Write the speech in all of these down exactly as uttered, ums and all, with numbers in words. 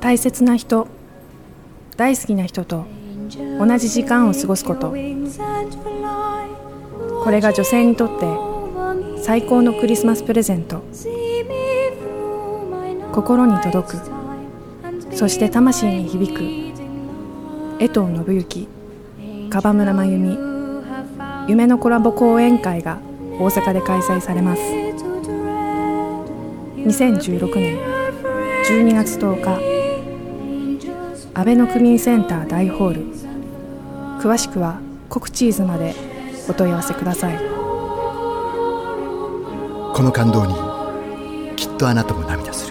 大切な人、大好きな人と同じ時間を過ごすこと、これが女性にとって最高のクリスマスプレゼント。心に届く、そして魂に響く江藤信之、樺村真由美、夢のコラボ講演会が大阪で開催されます。にせんじゅうろくねんじゅうにがつとおか、阿部の区民センター大ホール。詳しくはコクチーズまでお問い合わせください。 この感動にきっとあなたも涙する。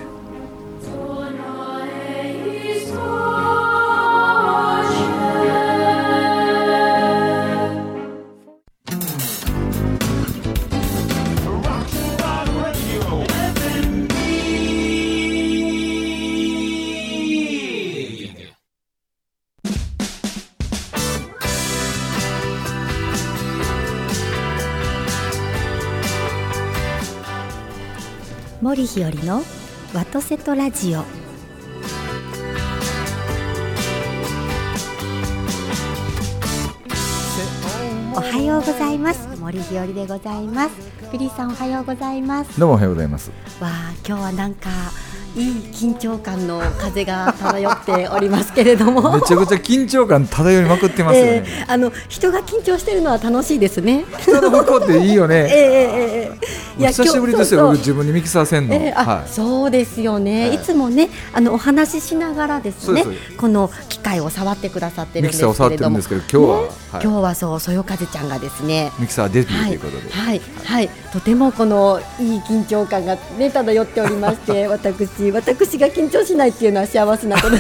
森日和のワトセトラジオ。おはようございます。森日和でございます。クリーさんおはようございます。 どうもおはようございます。 わあ、今日はなんかいい緊張感の風が漂っておりますけれどもめちゃくちゃ緊張感漂いまくってますよね、 えー、あの人が緊張してるのは楽しいですね。 人の向こうっていいよね。 えーえーえー、いや久しぶりですよ。僕自分にミキサーせんの、 えーあはい、そうですよね、はい、いつもねあのお話ししながらですね、この機械を触ってくださってるんですけれども、ミキサーを触ってるんですけど、今日は、ねはい、今日はそうそよ風ちゃんがですねミキサーデビューということで、 はいはいはい、とてもこのいい緊張感が、ね、漂っておりまして私私が緊張しないっていうのは幸せなこと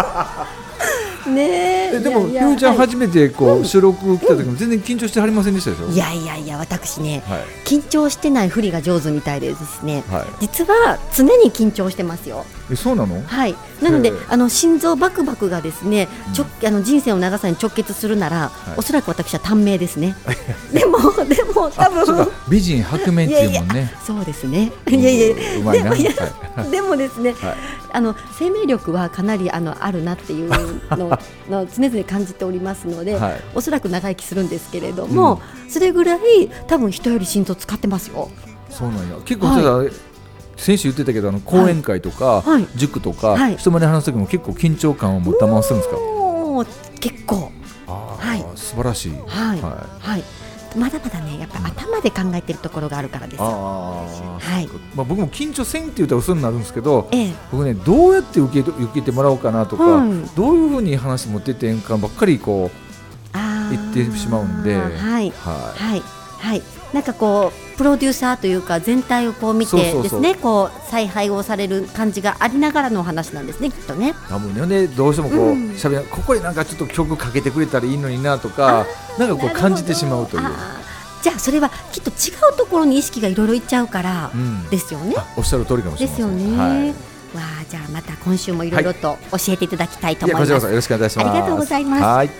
ねえ。 でもひろみちゃん初めてこう、はい、収録来た時も全然緊張してはりませんでしたでしょ。 いやいやいや、私ね、 はい、緊張してないふりが上手みたいでですね、はい、実は常に緊張してますよ。 え、そうなの？ はい。なのであの心臓バクバクがですね、ちょあの人生の長さに直結するなら、はい、おそらく私は短命ですねでもでも多分美人白面っていうもんね。いやいやそうですね。いやいやうまいな。 でも、はい、でもですね、はい、あの生命力はかなりあのあるなっていうのの常々感じておりますので、はい、おそらく長生きするんですけれども、うん、それぐらい多分人より心臓使ってますよ。 そうなんや。結構ただ、はい、先週言ってたけどあの講演会とか、はい、塾とか、はい、人前で話す時も結構緊張感を持ったままするんですか？ お結構。 あ、はい、素晴らしい。 はい、はいはい、まだまだねやっぱ頭で考えてるところがあるからですよ。あ、はい、 まあ、僕も緊張せんって言ったら嘘になるんですけど、ええ、僕ねどうやって受け、受けてもらおうかなとか、うん、どういうふうに話持ってってんかばっかりこう言ってしまうんで、はいはいはいはい、なんかこうプロデューサーというか全体をこう見てですね、こう采配をされる感じがありながらのお話なんですね、きっとね。 多分ね、どうしてもこう、うん、しゃべここになんかちょっと曲かけてくれたらいいのになとか、なんかこう感じてしまうという。 じゃあそれはきっと違うところに意識がいろいろいっちゃうからですよね、うん、 おっしゃる通りかもしれません。 ですよね、はい、わあ、じゃあまた今週もいろいろと教えていただきたいと思います。 はい、いやこちらこそよろしくお願いします。 ありがとうございます。 はい、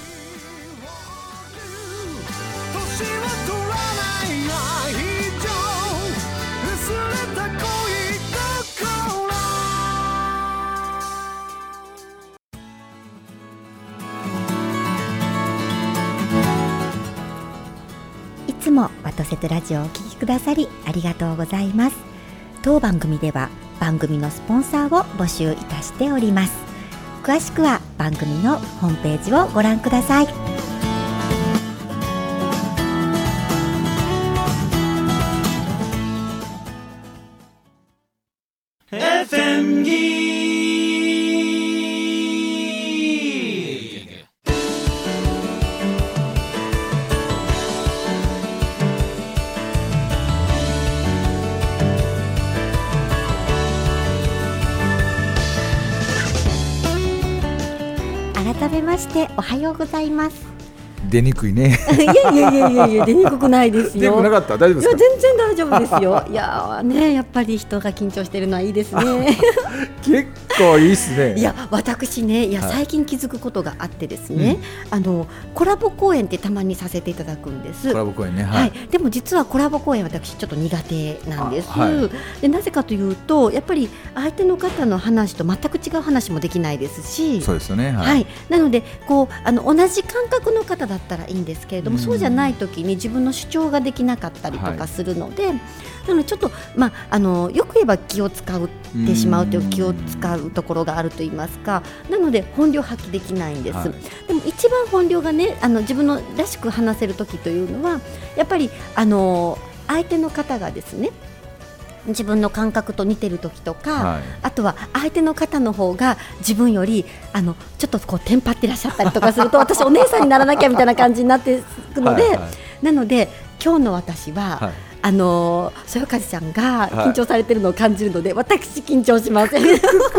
いつもワトセトラジオをお聞きくださりありがとうございます。当番組では番組のスポンサーを募集いたしております。詳しくは番組のホームページをご覧ください。 エフエム ギー改めましておはようございます。 出にくいねいやいやいやいやいや、出にくくないですよ。 出にくくなかった？大丈夫ですか？ いや全然大丈夫ですよ。いやね、やっぱり人が緊張してるのはいいですね結構いいっすね。 いや私ねいや、はい、最近気づくことがあってですね、うん、あのコラボ公演ってたまにさせていただくんです。 コラボ公演ね、はいはい、でも実はコラボ公演私ちょっと苦手なんです、はい、でなぜかというとやっぱり相手の方の話と全く違う話もできないですし、 そうですよね、はいはい、なのでこうあの同じ感覚の方だったらいいんですけれども、うん、そうじゃない時に自分の主張ができなかったりとかするので、はい、なのでちょっと、まあ、あのよく言えば気を使ってしまうという気を使うところがあると言いますか、なので本領発揮できないんです、はい、でも一番本領がねあの自分のらしく話せる時というのはやっぱりあの相手の方がですね自分の感覚と似てる時とか、はい、あとは相手の方の方が自分よりあのちょっとこうテンパってらっしゃったりとかすると私お姉さんにならなきゃみたいな感じになっていくので、はいはい、なので今日の私は、はい、あのそよかずちゃんが緊張されてるのを感じるので、はい、私緊張しますい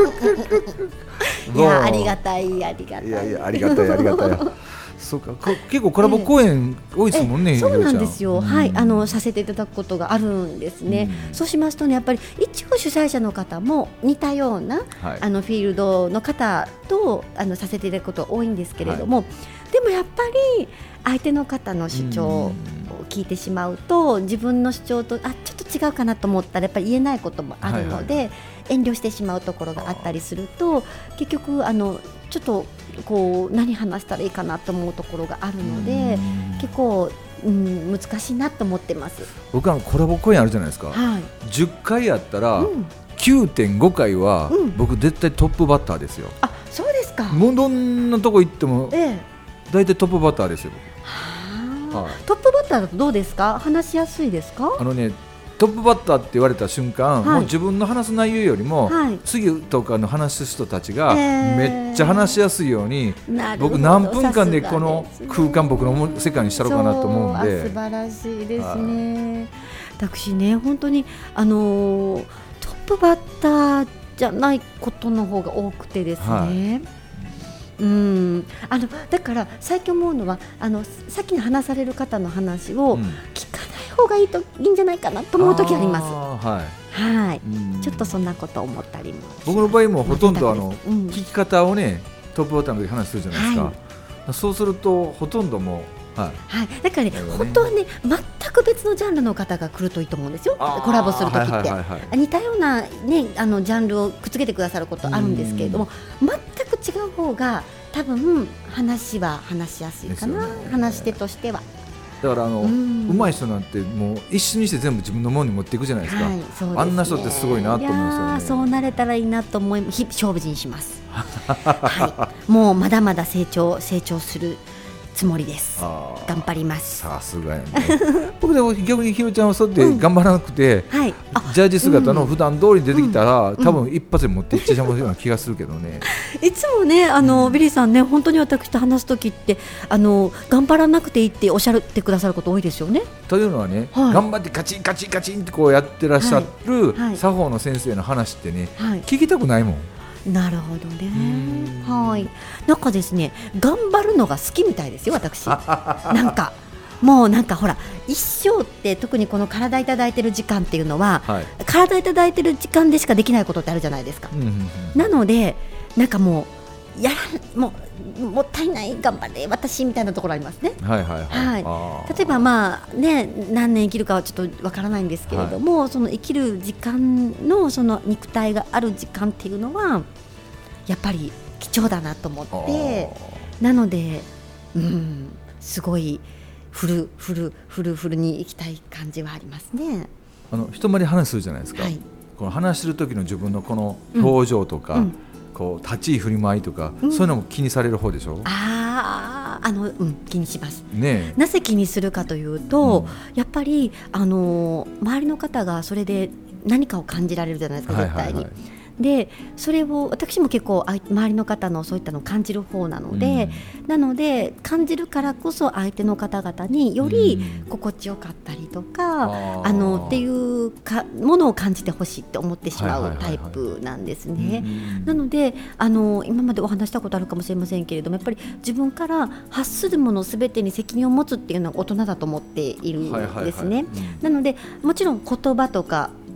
やありがたいありがたいいやいやありがたいありがたいそうか結構コラボ公演多いですもんね。 そうなんですよ、うん、はい、あのさせていただくことがあるんですね、うん、そうしますとねやっぱり一応主催者の方も似たような、はい、あのフィールドの方とあのさせていただくことが多いんですけれども、はい、でもやっぱり相手の方の主張を聞いてしまうと、うん、自分の主張とあちょっと違うかなと思ったらやっぱり言えないこともあるので、はいはい、遠慮してしまうところがあったりすると結局あのちょっとこう何話したらいいかなと思うところがあるので結構、うん、難しいなと思ってます。 僕はコラボ公演あるじゃないですか、はい、じゅっかいやったら、うん、きゅうてんごかいは、うん、僕絶対トップバッターですよ。 あ、そうですか。 もうどんなとこ行っても、ええ、大体トップバッターですよ。 は、はい、トップバッターだとどうですか？話しやすいですか？ あのねトップバッターって言われた瞬間、はい、もう自分の話す内容よりも、はい、次とかの話す人たちがめっちゃ話しやすいように、えー、僕何分間でこの空間僕の世界にしたろうかなと思うんで。 素晴らしいですね。私ね本当にあのー、トップバッターじゃないことの方が多くてですね、はい、うんあのだから最近思うのはあのさっきの話される方の話を聞かない方がいいといいんじゃないかなと思う時あります。はい、はい、ちょっとそんなこと思ったりも。 僕の場合もほとんどあの、うん、聞き方をねトップバッターの時話するじゃないですか、はい、そうするとほとんどもう、はいはい、 だからね、ね本当はね全く別のジャンルの方が来るといいと思うんですよ。コラボする時って、はいはいはいはい、似たような、ね、あのジャンルをくっつけてくださることあるんですけれども全く違う方が多分話は話しやすいかな、ね、話し手としては。 だからあの、うん、上手い人なんてもう一瞬にして全部自分のものに持っていくじゃないですか、はい、そうですね、あんな人ってすごいなと思いますよね。いやそうなれたらいいなと思い日勝負にします、はい、もうまだまだ成長成長するつもりです。頑張ります。 さすがやね僕でも逆にひろちゃんはそうやって頑張らなくて、うんはい、ジャージ姿の普段通りに出てきたら、うん、多分一発で持っていっちゃうような気がするけどね。 いつもねあの、うん、ビリーさんね本当に私と話すときってあの頑張らなくていいっておっしゃってくださること多いですよね。 というのはね、はい、頑張ってカチンカチンカチンってこうやってらっしゃる、はいはい、作法の先生の話ってね、はい、聞きたくないもん。 なるほどね。はい。なんかですね、頑張るのが好きみたいですよ、私。なんかもうなんかほら一生って特にこの体いただいてる時間っていうのは、はい、体いただいてる時間でしかできないことってあるじゃないですか。うんうんうん、なのでなんかもうやらもうもったいない頑張れ私みたいなところありますね。はいはいはいはい、例えばまあね何年生きるかはちょっとわからないんですけれども、はい、その生きる時間のその肉体がある時間っていうのはやっぱり貴重だなと思って、なので、うん、すごいフルフルフルフルに行きたい感じはありますね。 あの人前で話するじゃないですか、はい、この話してる時の自分のこの表情とか、うんうんこう立ち居振り舞いとか、うん、そういうのも気にされる方でしょ。 ああの、うん、気にします、ね、なぜ気にするかというと、うん、やっぱり、あのー、周りの方がそれで何かを感じられるじゃないですか、絶対に、はいはいはい、でそれを私も結構周りの方のそういったのを感じる方なので、うん、なので感じるからこそ相手の方々により心地よかったりとか、うん、あのっていうかものを感じてほしいって思ってしまうタイプなんですね。なのであの今までお話したことあるかもしれませんけれども、やっぱり自分から発するものすべてに責任を持つっていうのは大人だと思っているんですね。なのでもちろん言葉とか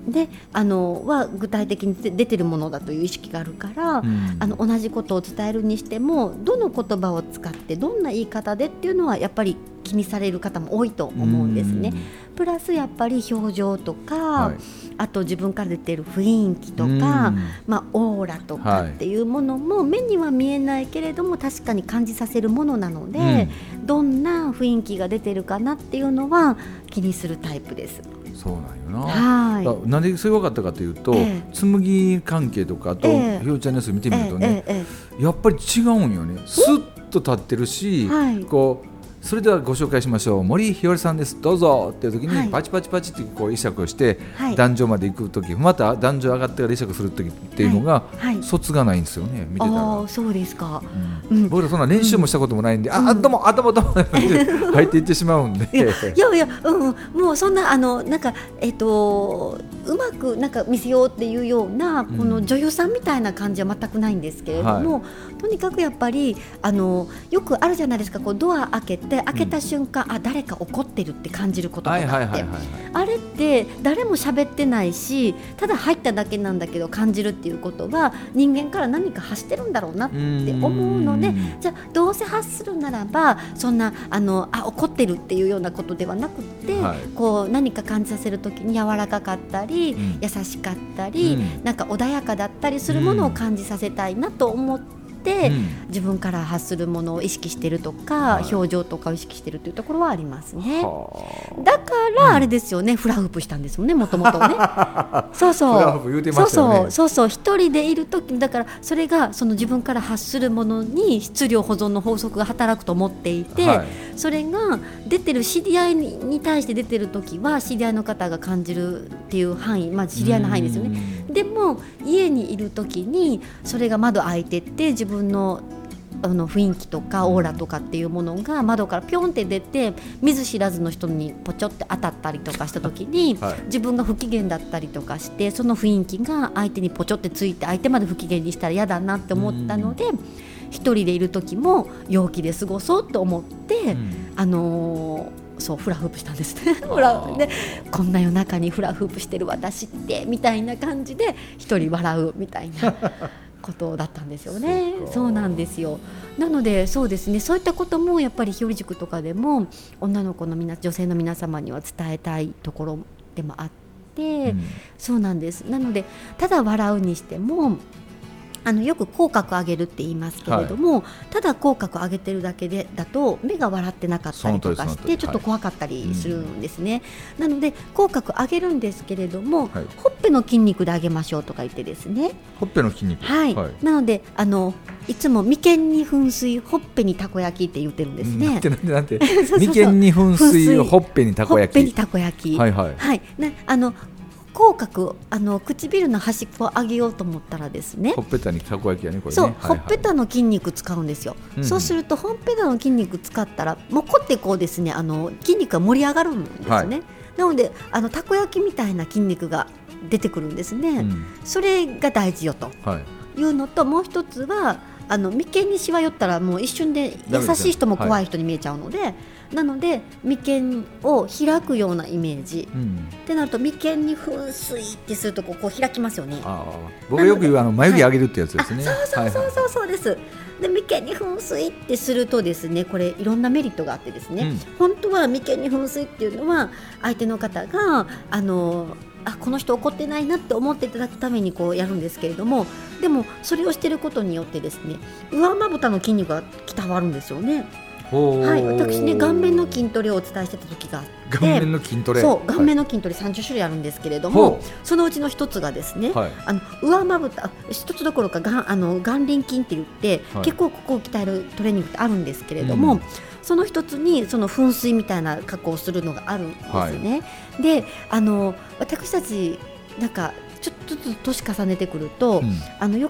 であのは具体的に出てるものだという意識があるから、うん、あの同じことを伝えるにしてもどの言葉を使ってどんな言い方でっていうのはやっぱり気にされる方も多いと思うんですね。プラスやっぱり表情とか、はい、あと自分から出ている雰囲気とか、まあ、オーラとかっていうものも目には見えないけれども確かに感じさせるものなので、うん、どんな雰囲気が出てるかなっていうのは気にするタイプです。 そうなんよな、はい、なんでそれが分かったかというと、ええ、紬関係とかあと、ええ、ひよちゃんのやつ見てみるとね、ええ、やっぱり違うんよね。スッと立ってるし、はい、こうそれではご紹介しましょう。森ひよりさんですどうぞっていう時にパチパチパチってこう会釈をして壇上まで行く時、また壇上上がってから会釈する時っていうのが卒がないんですよね、見てたら。あ、そうですか、うんうん、僕らそんな練習もしたこともないんで、うん、あどうもあどうもどうも入っていってしまうんでいやいや、うん、もうそんなあのなんかえっとうまくなんか見せようっていうようなこの女優さんみたいな感じは全くないんですけれども、はい、とにかくやっぱりあのよくあるじゃないですか、こうドア開けて開けた瞬間、うん、あ誰か怒ってるって感じることがあって、はいはいはいはい、あれって誰も喋ってないしただ入っただけなんだけど感じるっていうことは人間から何か発してるんだろうなって思うので、じゃあどうせ発するならばそんなあのあ怒ってるっていうようなことではなくて、はい、こう何か感じさせるときに柔らかかったり、うん、優しかったり、うん、なんか穏やかだったりするものを感じさせたいなと思って、うん、自分から発するものを意識しているとか、はい、表情とかを意識しているというところはありますね。だからあれですよね、うん、フラフープしたんですもんね、もともとねそうそうフラフープ言うてましたよね。そうそうそうそう一人でいるときだからそれがその自分から発するものに質量保存の法則が働くと思っていて、はい、それが出てる知り合いに対して出てるときは知り合いの方が感じるっていう範囲、まあ、知り合いの範囲ですよね。でも家にいるときにそれが窓開いてって自分のあの雰囲気とかオーラとかっていうものが窓からピョンって出て見ず知らずの人にポチョって当たったりとかした時に、はい、自分が不機嫌だったりとかしてその雰囲気が相手にポチョってついて相手まで不機嫌にしたら嫌だなって思ったので、一人でいる時も陽気で過ごそうと思って、うん、あのー、そうフラフープしたんですねフラでこんな夜中にフラフープしてる私ってみたいな感じで一人笑うみたいなことだったんですよね。そうそうなんですよ。なのでそうですね、そういったこともやっぱり日和塾とかでも女の子のみな女性の皆様には伝えたいところでもあって、うん、そうなんです。なのでただ笑うにしてもあのよく口角上げるって言いますけれども、はい、ただ口角上げてるだけでだと目が笑ってなかったりとかしてちょっと怖かったりするんですね、はい、なので口角上げるんですけれども、はい、ほっぺの筋肉で上げましょうとか言ってですね、 ほっぺの筋肉、 はいはい、なのであのいつも眉間に噴水ほっぺにたこ焼きって言ってるんですね。なんてなんてなんて眉間に噴水ほっぺにたこ焼き、 ほっぺにたこ焼き、はいはいはい、ね、あの口角あの唇の端っこを上げようと思ったらですね、 ほっぺたにたこ焼きやねこれね。 そう、 はいはい、 ほっぺたの筋肉使うんですよ、うんうん、そうするとほっぺたの筋肉使ったらもうこってこうですね、あの筋肉が盛り上がるんですね、はい、なのであのたこ焼きみたいな筋肉が出てくるんですね、うん、それが大事よというのと、はい、もう一つはあの眉間にしわ寄ったらもう一瞬で優しい人も怖い人に見えちゃうので、はい、なので眉間を開くようなイメージ、うん、ってなると眉間に噴水ってするとこう、こう開きますよね。 あ、僕よく言うあの眉毛上げるってやつですね、 はい、そうそうそうそうそうです、はいはい、で眉間に噴水ってするとですね、これいろんなメリットがあってですね、うん、本当は眉間に噴水っていうのは相手の方があのあこの人怒ってないなって思っていただくためにこうやるんですけれども、でもそれをしていることによってですね、上まぶたの筋肉が鍛わるんですよね。はい、私ね顔面の筋トレをお伝えしてた時があって、 顔面の筋トレ、 そう顔面の筋トレさんじゅっしゅるいあるんですけれども、はい、そのうちの一つがですね、はい、あの上まぶた一つどころかがあの眼輪筋って言って、はい、結構ここを鍛えるトレーニングってあるんですけれども、うん、その一つにその噴水みたいな加工をするのがあるんですね、はい、であの私たちなんかちょっとずつ年重ねてくると、うん、あのよく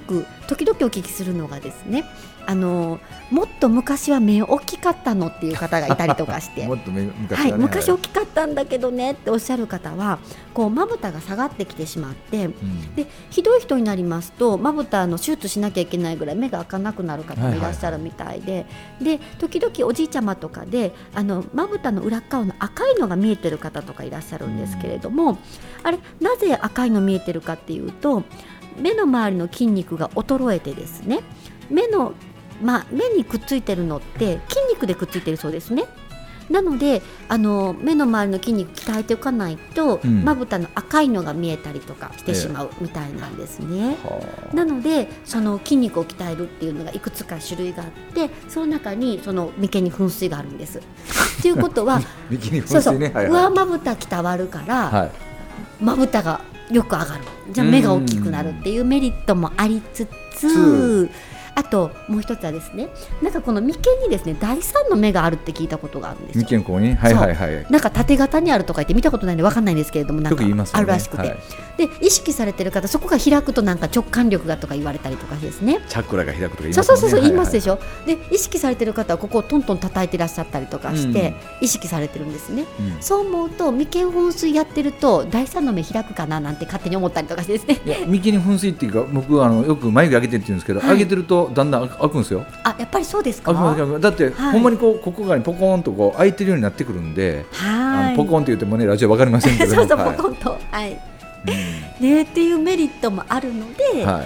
時々お聞きするのがですね、あのもっと昔は目大きかったのっていう方がいたりとかしてもっと昔は、 はい、 ね、 昔大きかったんだけどねっておっしゃる方はこうまぶたが下がってきてしまって、うん、でひどい人になりますとまぶたの手術しなきゃいけないぐらい目が開かなくなる方もいらっしゃるみたいで、はいはい、で時々おじいちゃまとかであのまぶたの裏側の赤いのが見えてる方とかいらっしゃるんですけれども、うん、あれなぜ赤いの見えてるかっていうと目の周りの筋肉が衰えてですね、目の、まあ、目にくっついてるのって筋肉でくっついてるそうですね。なのであの目の周りの筋肉鍛えておかないとまぶたの赤いのが見えたりとかしてしまうみたいなんですね、ええ、なのでその筋肉を鍛えるっていうのがいくつか種類があってその中にその眉間に噴水があるんですということは眉間に噴水ね、 そうそう、上まぶた鍛わるからまぶたがよく上がる、じゃあ目が大きくなるっていうメリットもありつつ、あともう一つはですね、なんかこの眉間にですねだいさんの目があるって聞いたことがあるんですよ。 眉間ここに、はいはいはい、 なんか縦型にあるとか言って見たことないんで分かんないんですけれども、なんかあるらしくて、 ね、はい、 で意識されてる方そこが開くとなんか直感力がとか言われたりとかですね、 チャクラが開くとか言いますね。 そうそうそうそう言いますでしょ、はいはい、で意識されてる方はここをトントン叩いてらっしゃったりとかして意識されてるんですね、うん、そう思うと眉間噴水やってるとだいさんの目開くかななんて勝手に思ったりとかしてですね。 いや眉間に噴水っていうか僕はあのよく眉毛上げてって言うんですけど、はい、上げてるとだんだん開くんですよ。 あ、やっぱりそうですか。 だって、はい、ほんまにこうここがポコーンとこう開いてるようになってくるんで、はい、あのポコーンって言ってもねラジオ分かりませんけどそうそう、はい、ポコンと、はい、うん、ね、っていうメリットもあるので、はい、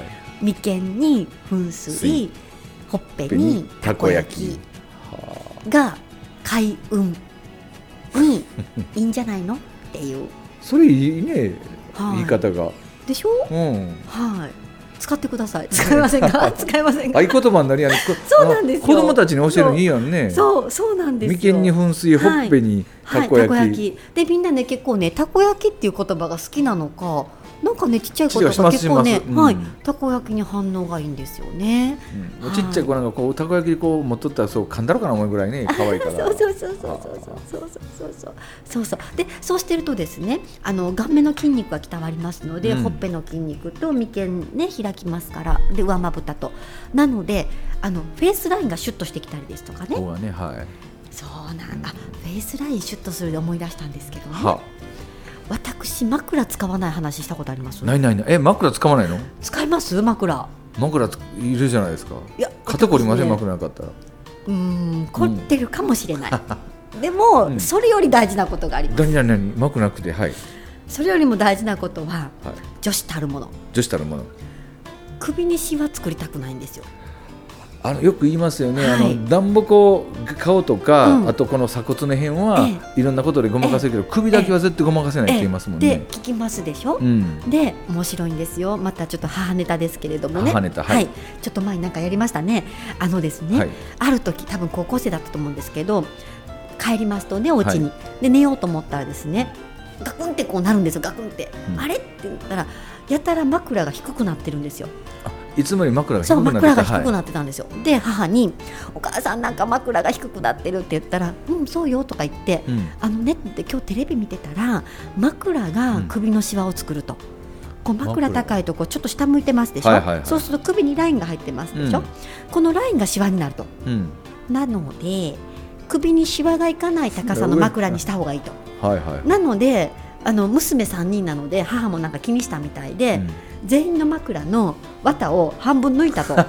眉間に噴水、ほっぺにたこ焼きが開運にいいんじゃないのっていうそれいいね、はい、言い方がでしょ、うん、はい、使ってください。使いませんか使いませんか。 合言葉になりやね。 そうなんですよ。 子供たちに教えるのいいやんね。 そう、そうなんですよ。 眉間に噴水、ほっぺにたこ焼き、はいはい、たこ焼きでみんなね結構ねたこ焼きっていう言葉が好きなのかなんかねちっちゃい子とか結構ね、うん、はい、たこ焼きに反応がいいんですよね、 うん、ちっちゃい子なんかこうたこ焼きこう持っとったらそう噛んだろうかな思うぐらいね可愛いからそうそうそうそうそうそうそうそうそうそうでそうしてるとですねあの顔面の筋肉が鍛わりますので、うん、ほっぺの筋肉と眉間ね開きますからで上まぶたとなのであのフェイスラインがシュッとしてきたりですとかね。 そうはね、はい、 そうなんだ、フェイスラインシュッとするで思い出したんですけどね、 は私枕使わない話したことあります？ ないないない。え、枕使わないの？ 使います枕。 枕いるじゃないですか。いや肩こりません、ね、枕なかったら。 うーん凝ってるかもしれない、うん、でも、うん、それより大事なことがあります。 何何何枕なくて、はい、 それよりも大事なことは、はい、女子たるもの女子たるもの首にシワ作りたくないんですよ。 あのよく言いますよね、はい、あの暖房顔とか、うん、あとこの鎖骨の辺は、ええ、いろんなことでごまかせるけど、ええ、首だけは絶対ごまかせないって言いますもんね、 ええ、で聞きますでしょ、うん、で面白いんですよ。またちょっと母ネタですけれどもね、 母ネタ、はいはい、 ちょっと前になんかやりましたね。あのですね、はい、ある時多分高校生だったと思うんですけど帰りますとねお家に、はい、で寝ようと思ったらですねガクンってこうなるんですよ。ガクンって、うん、あれって言ったらやたら枕が低くなってるんですよ。 いつもより枕が低くなってた。 そう、枕が低くなってたんですよ、はい、で母にお母さんなんか枕が低くなってるって言ったらうんそうよとか言って、うん、あのねって今日テレビ見てたら枕が首のシワを作ると、うん、こう枕高いとこちょっと下向いてますでしょ、はいはいはい、そうすると首にラインが入ってますでしょ、うん、このラインがシワになると、うん、なので首にシワがいかない高さの枕にした方がいいと、 はいはい、 なのであの娘さんにんなので母もなんか気にしたみたいで、うん、全員の枕の綿を半分抜いたと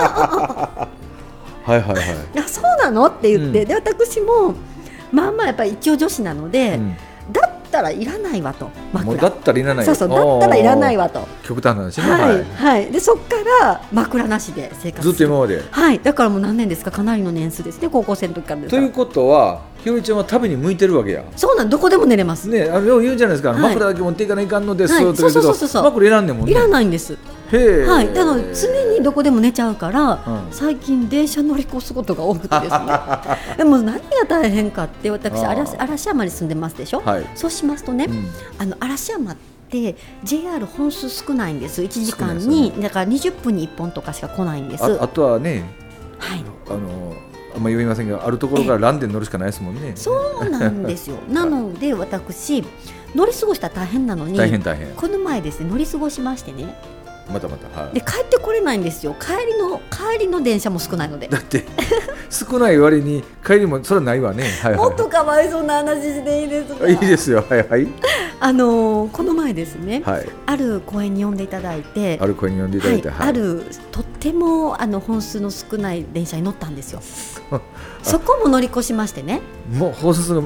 はいはいはい、 あそうなのって言って、うん、で私もまあまあやっぱり一応女子なので、うん、だったらいらないわと枕もうだったらいらないそうそうだったらいらないわと極端な話ね、 はいはいはい、でそっから枕なしで生活ずっと今まで、 はい、だからもう何年ですかかなりの年数ですね高校生の時からですから。 ということはひよりちゃんは旅に向いてるわけや。 そうなんどこでも寝れますね。あのよう言うじゃないですか、はい、枕だけ持っていかないかんのです、はい、というけど枕いらんねんもんね。 いらないんです。 へー、 はい、だから常にどこでも寝ちゃうから、うん、最近電車乗り越すことが多くてですねでも何が大変かって私嵐, 嵐山に住んでますでしょ、はい、そうしますとね、うん、あの嵐山って ジェイアール 本数少ないんです。いちじかんに、ね、だからにじゅっぷんにいっぽんとかしか来ないんです。 あ, あとはね、 はい、 あのあんまり言いませんがあるところからランで乗るしかないですもんね。 そうなんですよなので私乗り過ごしたら大変なのに大変大変この前ですね乗り過ごしましてねまたまた、はい、 で帰ってこれないんですよ。帰りの帰りの電車も少ないので。 だって少ない割に帰りもそれはないわね、はいはい、 もっとかわいそうな話でいいですか。 いいですよ、はいはい。 あのー、この前ですね、 はい、ある公園に呼んでいただいてある公園に呼んでいただいて、 はいはい、あるとってもあの本数の少ない電車に乗ったんですよそこも乗り越しましてね、 もう本数が、はい、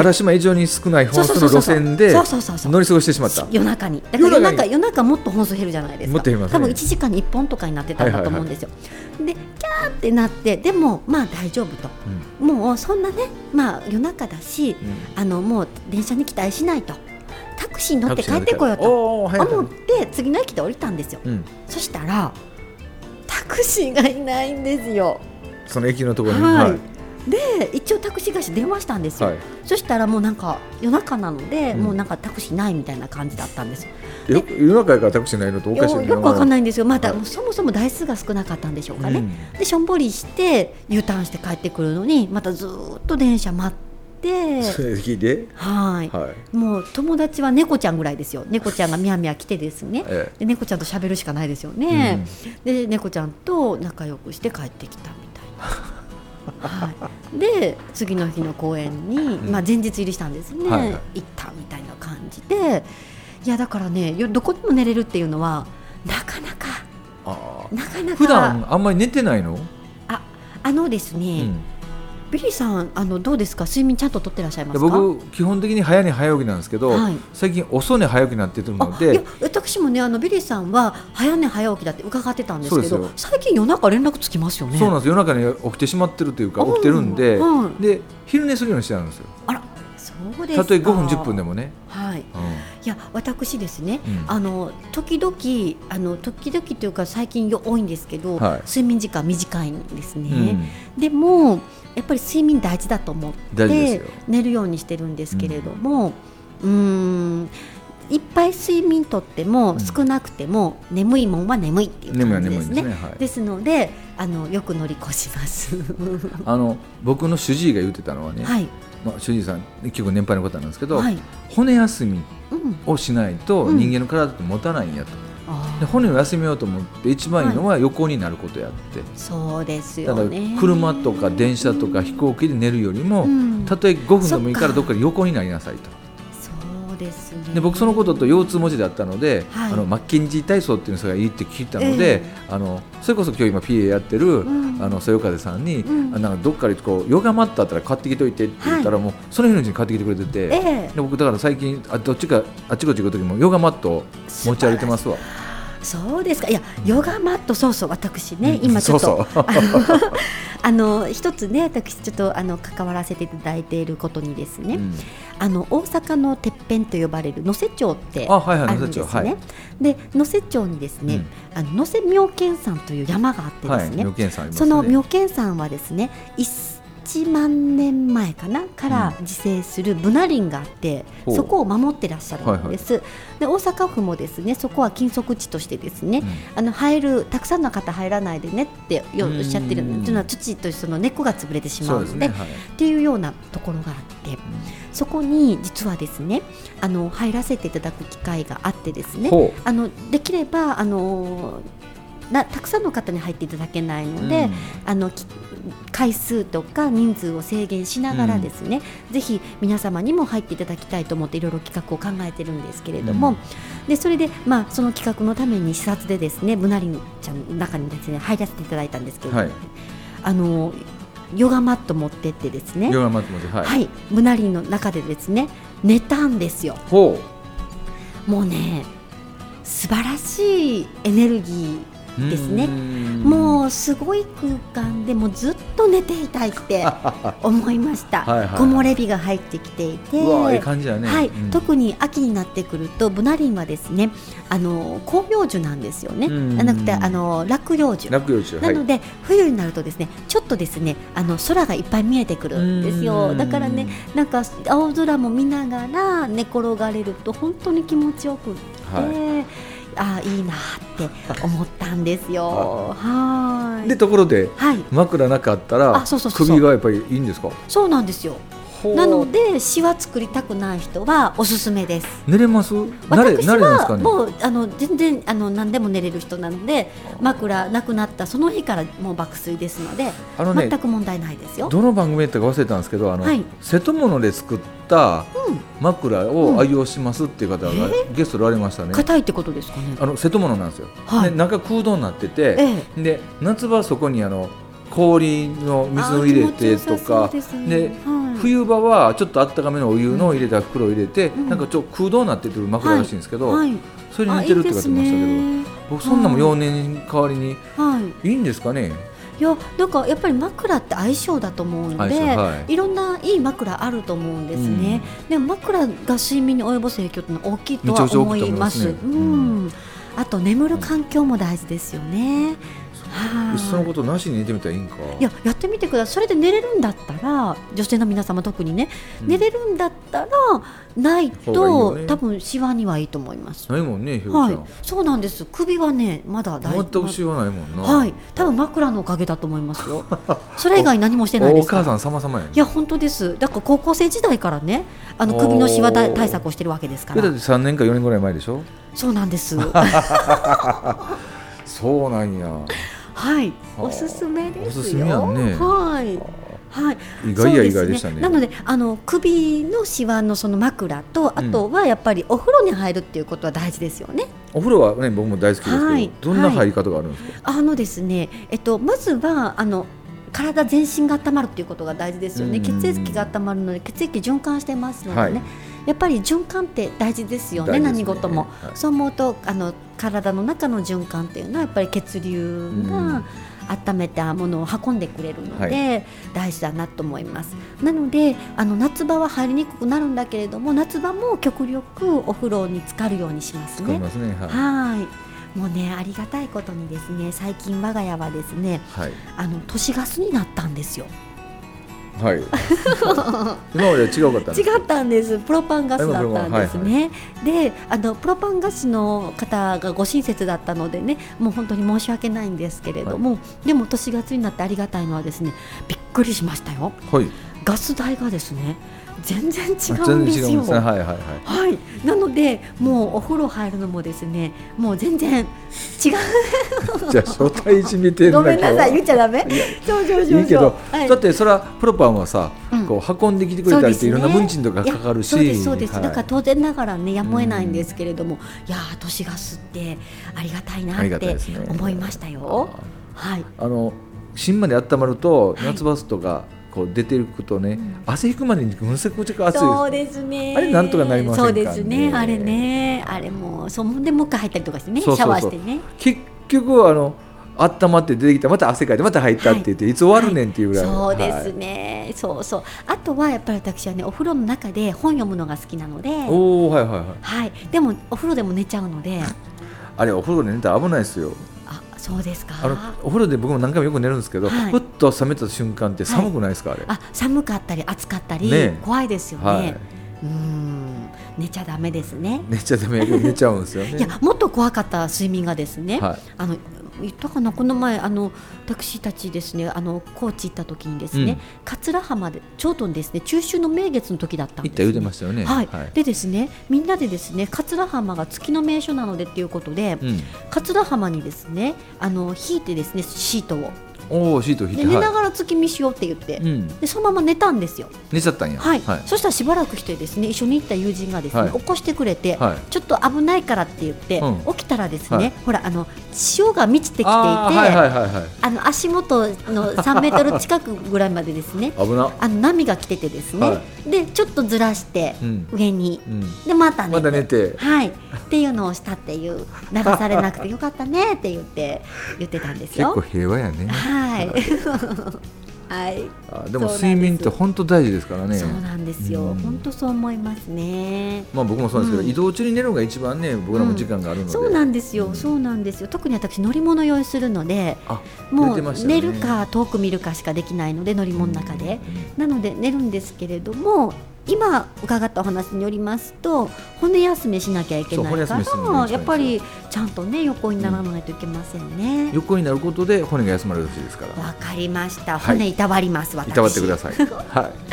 嵐島以上に少ない本数の路線で乗り過ごしてしまった。 夜中にだから夜中、夜中もっと本数減るじゃないですか。 もっと減りますね。 多分いちじかんにいっぽんとかになってたんだと思うんですよ、はいはいはい、でキャーってなってでもまあ大丈夫と、うん、もうそんなね、まあ、夜中だし、うん、あのもう電車に期待しないと、タクシーに乗って帰ってこようと思って次の駅で降りたんですよ、うん、そしたらタクシーがいないんですよ、 その駅のところに、 はいはい、で一応タクシー会社電話したんですよ、はい、そしたらもうなんか夜中なので、うん、もうなんかタクシーないみたいな感じだったんですよ。 よ夜中やからタクシーないのとおかしいな。 よくわかんないんですよ。まだ、はい、そもそも台数が少なかったんでしょうかね、うん、でしょんぼりして U ターンして帰ってくるのにまたずっと電車待ってそれ聞いて、 はい、はい、もう友達は猫ちゃんぐらいですよ。猫ちゃんがみやみや来てですね、ええ、で猫ちゃんと喋るしかないですよね、うん、で猫ちゃんと仲良くして帰ってきたみたいなはい、で次の日の公園に、まあ、前日入りしたんですね、はいはい、行ったみたいな感じで、いやだからねどこでも寝れるっていうのはなかなかあなかなか普段あんまり寝てないの？ あ、あのですね、うん、ビリーさんあのどうですか、睡眠ちゃんととってらっしゃいますか？ 僕基本的に早寝早起きなんですけど、はい、最近遅寝早起きになっているので、いや私もねあのビリーさんは早寝早起きだって伺ってたんですけど、最近夜中連絡つきますよね。 そうなんです。夜中に起きてしまってるというか起きてるんで、うん、で昼寝するようにしてあるんですよ。あらそうですか。 たとえごふんじゅっぷんでもね、 はい、うん、いや私ですね、うん、あの時々あの時々というか最近多いんですけど、はい、睡眠時間短いんですね、うん、でもやっぱり睡眠大事だと思って寝るようにしてるんですけれども、うん、うーんいっぱい睡眠とっても少なくても眠いもんは眠いっていう感じですね。ですね、はい、ですのであのよく乗り越しますあの僕の主治医が言ってたのはね、 はい、 まあ、主治医さん結構年配の方なんですけど、はい、骨休みをしないと人間の体って持たないんやと、うん、で骨を休めようと思って一番いいのは横になることやって、はい、 そうですよね。 だから車とか電車とか飛行機で寝るよりも、うん、たとえごふんでもいいからどっかで横になりなさいと。 ですね、 で僕そのことと腰痛文字だったので、はい、あのマッケンジー体操っていうのがいいって聞いたので、えー、あのそれこそ今日今 ピーエー やってる、うん、あのそよ風さんに、うん、あなんかどっかでこうヨガマットあったら買ってきといてって言ったら、はい、もうその日のうちに買ってきてくれてて、えー、で僕だから最近あどっちかあっちこっち行く時もヨガマットを持ち歩いてますわ。 そうですか。いやヨガマットそうそう私ね、うん、今ちょっとそうそうあの一つね私ちょっとあの関わらせていただいていることにですね、うん、あの大阪のてっぺんと呼ばれる能勢町ってあるんですね。はいはい、で能勢町にですね、うん、あの能勢妙見山という山があってですね、 はい、ねその妙見山はですねいちまんねんまえかなから自生するブナ林があって、うん、そこを守ってらっしゃるんです、はいはい、で大阪府もですねそこは禁足地としてですね、うん、あの入るたくさんの方入らないでねっておっしゃってるというのは土とその根っこが潰れてしまうの で, で、ねはい、っていうようなところがあって、うん、そこに実はですねあの入らせていただく機会があってですねあのできればあのなたくさんの方に入っていただけないので、うん、あの回数とか人数を制限しながらですね、うん、ぜひ皆様にも入っていただきたいと思っていろいろ企画を考えてるんですけれども、うん、でそれで、まあ、その企画のために視察でですねブナリンちゃんの中にですね入らせていただいたんですけれども、はい、あのヨガマット持ってってですねヨガマット持って、はいはい、 ブナリンの中でですね寝たんですよ。 ほうもうね素晴らしいエネルギーですね。もうすごい空間でもずっと寝ていたいって思いましたはい、はい、木漏れ日が入ってきていてうわいい感じだね、 はい、 うん、 特に秋になってくるとブナ林はですねあの広葉樹なんですよね。じゃなくてあの落葉樹なので、はい、冬になるとですねちょっとですねあの空がいっぱい見えてくるんですよ。だからねなんか青空も見ながら寝転がれると本当に気持ちよくって、はいあいいなって思ったんですよはいでところで、はい、枕なかったらそうそうそうそう首がやっぱりいいんですか？ そうなんですよ。 なのでシワ作りたくない人はおすすめです。 寝れます？ 私はもうあの全然あの何でも寝れる人なので、枕なくなったその日からもう爆睡ですので、あの、ね、全く問題ないですよ。 どの番組だったか忘れたんですけど、あの、はい、瀬戸物で作った枕を愛用しますっていう方がゲストでおられましたね。 硬いってことですかね。 あの瀬戸物なんですよ、はい、で中空洞になってて、ええ、で夏場そこにあの氷の水を入れてとかで、ねはい、冬場はちょっとあったかめのお湯の入れた袋を入れて、うん、なんかちょっと空洞になってる枕らしいんですけど、はいはい、それに似てるって言ってましたけど、いいね、僕そんなも幼年代わりに、はい、いいんですかね。 いやなんかやっぱり枕って相性だと思うので、はい、いろんないい枕あると思うんですね、うん、でも枕が睡眠に及ぼす影響ってのは大きいとは思います。あと眠る環境も大事ですよね。 そのことなしに寝てみたらいいんか。 いややってみてください。それで寝れるんだったら、女性の皆様特にね、うん、寝れるんだったらないと、ね、多分シワにはいいと思います。 ないもんね、ひろちゃん、 はい、そうなんです。首はねまだ大全くシワないもんな。 はい、多分枕のおかげだと思いますよそれ以外何もしてないですから。 お母さん様々や、ね、 いや本当です。だから高校生時代からね、あの首のシワ対策をしてるわけですから。 だってさんねんかよねんぐらい前でしょ。 そうなんですそうなんや。 はい、おすすめですよ。 おすすめやんね。 はい、はい、 意外や意外でしたね。 なのであの首のシワのその枕と、あとはやっぱりお風呂に入るっていうことは大事ですよね。 お風呂はね僕も大好きですけど、はい、どんな入り方があるんですか。はい、あのですね、えっとまずはあの体全身が温まるっていうことが大事ですよね。血液が温まるので血液循環してますのでね、はい、やっぱり循環って大事ですよ ね, ね何事も、はい、そう思うとあの体の中の循環っていうのはやっぱり血流が温めたものを運んでくれるので、はい、大事だなと思います。なのであの夏場は入りにくくなるんだけれども、夏場も極力お風呂に浸かるようにしますね。 浸かりますね。はい、 はいもうねありがたいことにですね、最近我が家はですね、はい、あの都市ガスになったんですよ。 はい、今まで違うかったんです。 違ったんです。プロパンガスだったんですね。はいはい、であのプロパンガスの方がご親切だったのでね、もう本当に申し訳ないんですけれども、はい、でも都市ガスになってありがたいのはですね、びっくりしましたよ。はい、ガス代がですね全然違うんですよ。全然違うんですね。はいはいはい。はい。なのでもうお風呂入るのもですね、もう全然違う。 じゃあ初対じみてんだけど。ごめんなさい言っちゃダメ。そうそうそうそう。 いいけど、はい、だってそれはプロパンはさ、うん、こう運んできてくれたりっていろんな運賃とかかかるし。 そうですそうです。はい、だから当然ながらねやむを得ないんですけれども、いや都市ガスってありがたいなって思いましたよ。はい。 あの芯まで温まると夏バスとか。はいこう出ていくとね、うん、汗引くまでにむちゃくちゃ暑いです。 そうですね。 あれなんとかなりませんかね。 そうですね。あれね、あれもそんでもう一回入ったりとかしてね、そうそうそうシャワーしてね。 結局あの温まって出てきたまた汗かいてまた入ったって言って、はい、いつ終わるねんっていうぐらい、 はい、そうですね、はい、そうそう。あとはやっぱり私はねお風呂の中で本読むのが好きなので、 おーはいはいはい、 はい、でもお風呂でも寝ちゃうのであれお風呂で寝たら危ないですよ。 そうですか。 あのお風呂で僕も何回もよく寝るんですけど、はい、ふっと冷めた瞬間って寒くないですか、はい、あれ。 あ寒かったり暑かったり、ね、怖いですよね、はい、うーん寝ちゃダメですね。 寝ちゃダメ寝ちゃうんですよね。 いやもっと怖かった睡眠がですね、はい、あの言ったかなこの前あの私たちですねあの高知行った時にですね、うん、桂浜でちょうどですね中秋の名月の時だったんです、ね、 行った言うてましたよね。 はいはい、でですねみんなでですね桂浜が月の名所なのでっていうことで、うん、桂浜にですねあの引いてですねシートをおシート引いてで寝ながら月見しようって言って、はい、でそのまま寝たんですよ。 寝ちゃったんや、 はいはい、そしたらしばらくしてですね一緒に行った友人がですね、はい、起こしてくれて、はい、ちょっと危ないからって言って、うん、起きたらですね、はい、ほらあの潮が満ちてきていて あ、はいはいはいはい、あの足元のさんメートル近くぐらいまでですね危なあの波が来ててですね、はい、でちょっとずらして上に、うん、でまた寝て、 また寝て、 はい、っていうのをしたっていう流されなくてよかったねって言って言ってたんですよ。 結構平和やね。 はいはい、 あでも睡眠って本当大事ですからね。 そうなんですよ、うん、本当そう思いますね。 まあ僕もそうですけど、うん、移動中に寝るのが一番ね僕らも時間があるので、 うん、そうなんですよ、うん、そうなんですよ。特に私乗り物用意するのでもう寝るか遠く見るかしかできないので乗り物の中で、うん、なので寝るんですけれども今伺ったお話によりますと骨休めしなきゃいけないからやっぱりちゃんとね横にならないといけませんね、うん、 横になることで骨が休まるらしいですから。 わかりました。骨いたわります、はい、 私いたわってください、はい、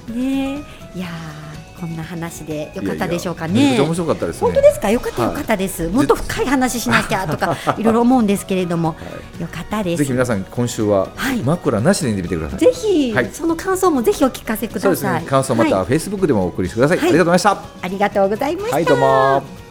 ね、いやこんな話でよかったでしょうかね。 めちゃくちゃ面白かったですね。 本当ですか。よかったよかったです、はい、もっと深い話しなきゃとかいろいろ思うんですけれども、はい、よかったです。 ぜひ皆さん今週は枕なしで寝てみてください。 ぜひ、はい、その感想もぜひお聞かせください。 そうですね、感想またフェイスブックでもお送りしてください、はい、ありがとうございました。 ありがとうございました。 はい、どうも。